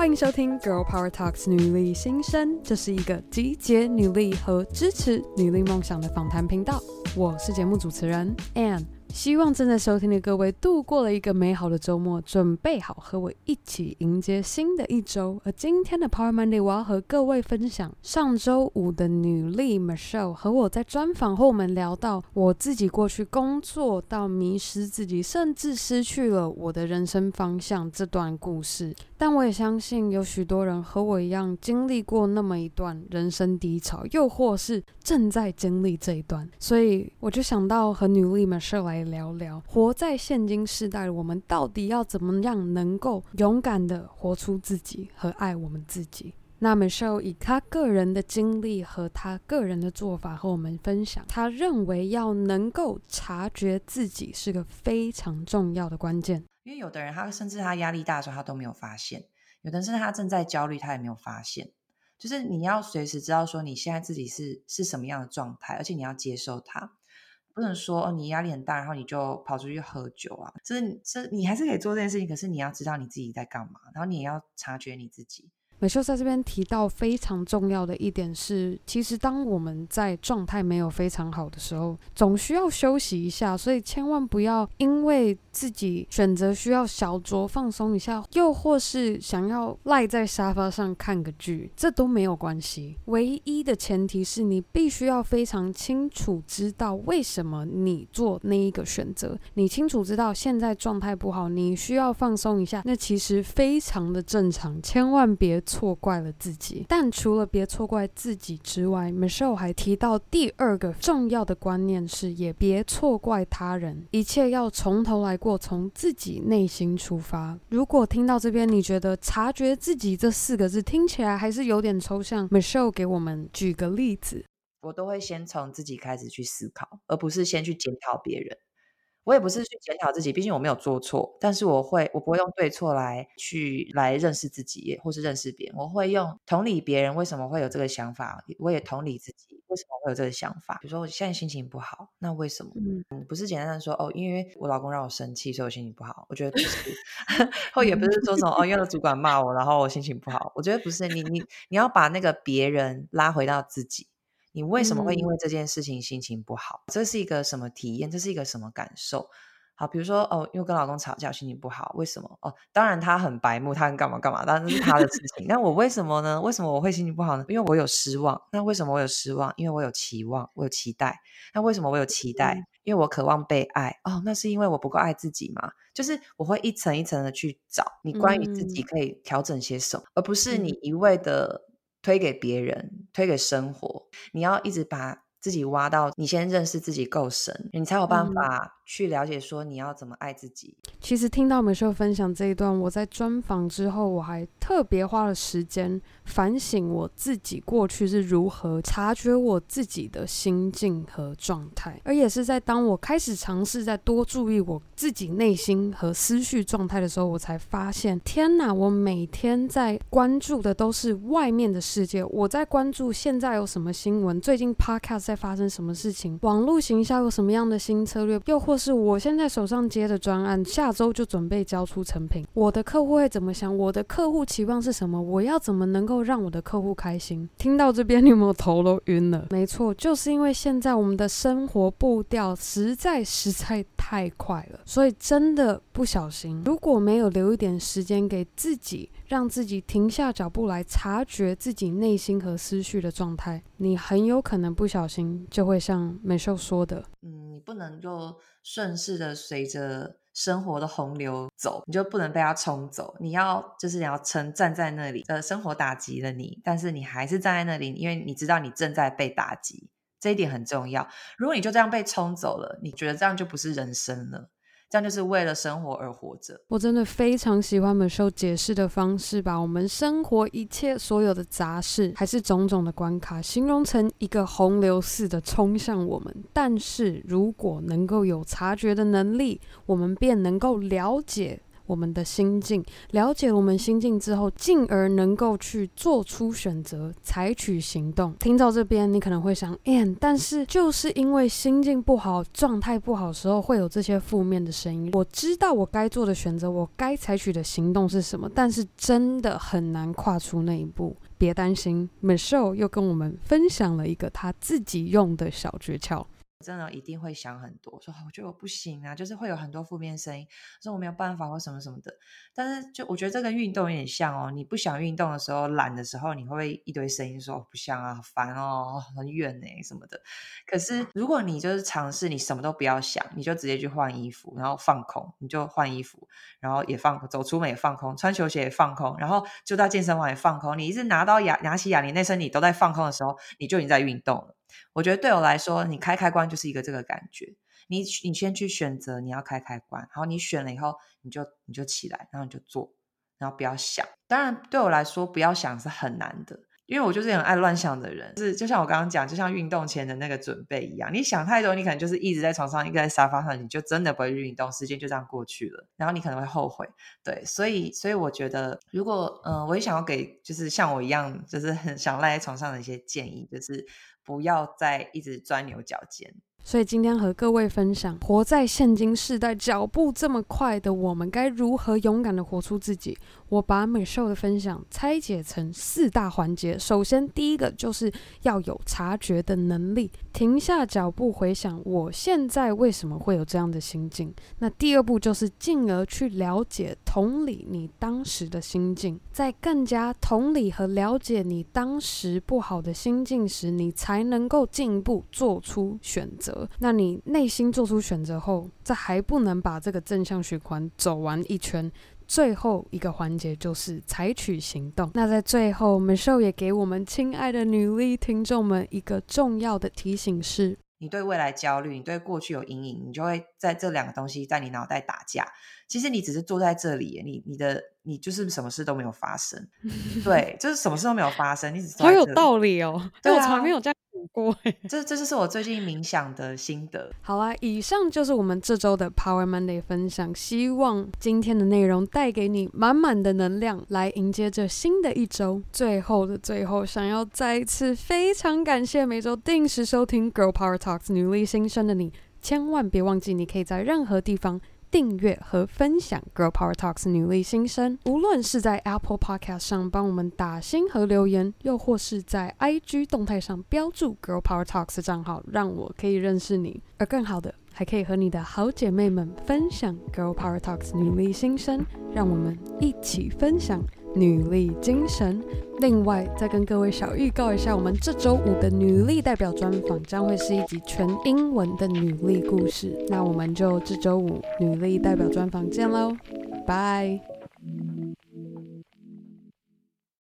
欢迎收听 Girl Power Talks 女力新生，这是一个集结女力和支持女力梦想的访谈频道。我是节目主持人 Anne， 希望正在收听的各位度过了一个美好的周末，准备好和我一起迎接新的一周。而今天的 Power Monday， 我要和各位分享上周五的女力 Michelle 和我在专访后，我们聊到我自己过去工作到迷失自己，甚至失去了我的人生方向这段故事。但我也相信有许多人和我一样经历过那么一段人生低潮，又或是正在经历这一段，所以我就想到和女力 Michelle 来聊聊，活在现今世代的我们到底要怎么样能够勇敢的活出自己和爱我们自己。那 Michelle 以她个人的经历和她个人的做法和我们分享，她认为要能够察觉自己是个非常重要的关键。 因为有的人他甚至他压力大的时候他都没有发现，有的人甚至他正在焦虑他也没有发现，就是你要随时知道说你现在自己是什么样的状态，而且你要接受它，不能说你压力很大然后你就跑出去喝酒啊，就是你还是可以做这件事情，可是你要知道你自己在干嘛，然后你也要察觉你自己。 美秀在这边提到非常重要的一点是，其实当我们在状态没有非常好的时候，总需要休息一下，所以千万不要因为自己选择需要小酌放松一下，又或是想要赖在沙发上看个剧，这都没有关系。唯一的前提是你必须要非常清楚知道为什么你做那一个选择，你清楚知道现在状态不好，你需要放松一下，那其实非常的正常，千万别错怪了自己。但除了别错怪自己之外， Michelle 还提到第二个重要的观念是，也别错怪他人，一切要从头来过，从自己内心出发。如果听到这边你觉得察觉自己这4个字听起来还是有点抽象， Michelle 给我们举个例子。 我都会先从自己开始去思考，而不是先去检讨别人。我也不是去检讨自己，毕竟我没有做错，但是我不会用对错来认识自己或是认识别人，我会用同理别人为什么会有这个想法，我也同理自己为什么会有这个想法。比如说我现在心情不好，那为什么？不是简单的说因为我老公让我生气所以我心情不好，我觉得不是或也不是说什么因为我主管骂我然后我心情不好，我觉得不是。你要把那个别人拉回到自己，你为什么会因为这件事情心情不好？这是一个什么体验？这是一个什么感受？好，比如说因为跟老公吵架心情不好，为什么？当然他很白目，他很干嘛干嘛，当然这是他的事情。那我为什么呢？为什么我会心情不好呢？因为我有失望。那为什么我有失望？因为我有期望，我有期待。那为什么我有期待？因为我渴望被爱。那是因为我不够爱自己嘛？就是我会一层一层的去找你关于自己可以调整些什么，而不是你一味的推给别人，推给生活。你要一直把自己挖到你先认识自己够深，你才有办法去了解说你要怎么爱自己。 其实听到美秀分享这一段，我在专访之后我还特别花了时间反省我自己过去是如何察觉我自己的心境和状态，而也是在当我开始尝试在多注意我自己内心和思绪状态的时候，我才发现天哪，我每天在关注的都是外面的世界，我在关注现在有什么新闻，最近 podcast 在发生什么事情，网络行销有什么样的新策略，又或是我现在手上接的专案下周就准备交出成品，我的客户会怎么想，我的客户期望是什么，我要怎么能够让我的客户开心。听到这边你有没有头都晕了？没错，就是因为现在我们的生活步调实在太快了，所以真的不小心如果没有留一点时间给自己，让自己停下脚步来察觉自己内心和思绪的状态，你很有可能不小心就会像美秀说的你不能就顺势的随着生活的洪流走，你就不能被它冲走，你要站在那里，生活打击了你，但是你还是站在那里，因为你知道你正在被打击，这一点很重要。如果你就这样被冲走了，你觉得这样就不是人生了，这样就是为了生活而活着。 我真的非常喜欢Michelle解释的方式，把我们生活一切所有的杂事还是种种的关卡形容成一个洪流似的冲向我们，但是如果能够有察觉的能力，我们便能够了解我们的心境，了解我们心境之后，进而能够去做出选择，采取行动。听到这边你可能会想但是就是因为心境不好，状态不好的时候会有这些负面的声音，我知道我该做的选择，我该采取的行动是什么，但是真的很难跨出那一步。别担心， Michelle 又跟我们分享了一个她自己用的小诀窍。 真的一定会想很多，说我觉得我不行啊，就是会有很多负面声音，说我没有办法或什么什么的。但是就我觉得这跟运动有点像哦，你不想运动的时候，懒的时候，你会不会一堆声音说不想啊，好烦哦，很远欸什么的。可是如果你就是尝试，你什么都不要想，你就直接去换衣服，然后放空，你就换衣服，然后也放空，走出门也放空，穿球鞋也放空，然后就到健身房也放空，你一直拿起哑铃，那身体都在放空的时候，你就已经在运动了。我觉得对我来说，你开关就是一个这个感觉。你先去选择你要开关，然后你选了以后，你就起来，然后你就做，然后不要想。当然对我来说，不要想是很难的，因为我就是很爱乱想的人。就像我刚刚讲，就像运动前的那个准备一样，你想太多，你可能就是一直在床上，一直在沙发上，你就真的不会去运动，时间就这样过去了，然后你可能会后悔。对，所以我觉得，如果我也想要给就是像我一样，就是很想赖在床上的一些建议，就是不要再一直钻牛角尖。 所以今天和各位分享，活在现今世代脚步这么快的我们，该如何勇敢的活出自己。我把Michelle的分享拆解成4大环节。首先第一个就是要有察觉的能力，停下脚步回想我现在为什么会有这样的心境。那第二步就是进而去了解同理你当时的心境，在更加同理和了解你当时不好的心境时，你才能够进一步做出选择。那你内心做出选择后，这还不能把这个正向循环走完一圈，最后一个环节就是采取行动。那在最后 Michelle 也给我们亲爱的女力听众们一个重要的提醒是， 你对未来焦虑，你对过去有阴影，你就会在这2个东西在你脑袋打架。其实你只是坐在这里，你就是什么事都没有发生。对，就是什么事都没有发生，你只坐在这里。 好有道理哦。对啊，我从来没有这样想过。 这就是我最近冥想的心得。 好啦，以上就是我们这周的 Power Monday 分享，希望今天的内容带给你满满的能量，来迎接这新的一周。最后的最后，想要再一次非常感谢每周定时收听 Girl Power Talks 女力新生的你，千万别忘记你可以在任何地方订阅和分享 Girl Power Talks 女力新生，无论是在 Apple Podcast 上帮我们打星和留言，又或是在 IG 动态上标注 Girl Power Talks 的账号，让我可以认识你。而更好的，还可以和你的好姐妹们分享 Girl Power Talks 女力新生，让我们一起分享女力精神。另外再跟各位小预告一下，我们这周5的女力代表专访将会是一集全英文的女力故事。那我们就这周5女力代表专访见咯，拜。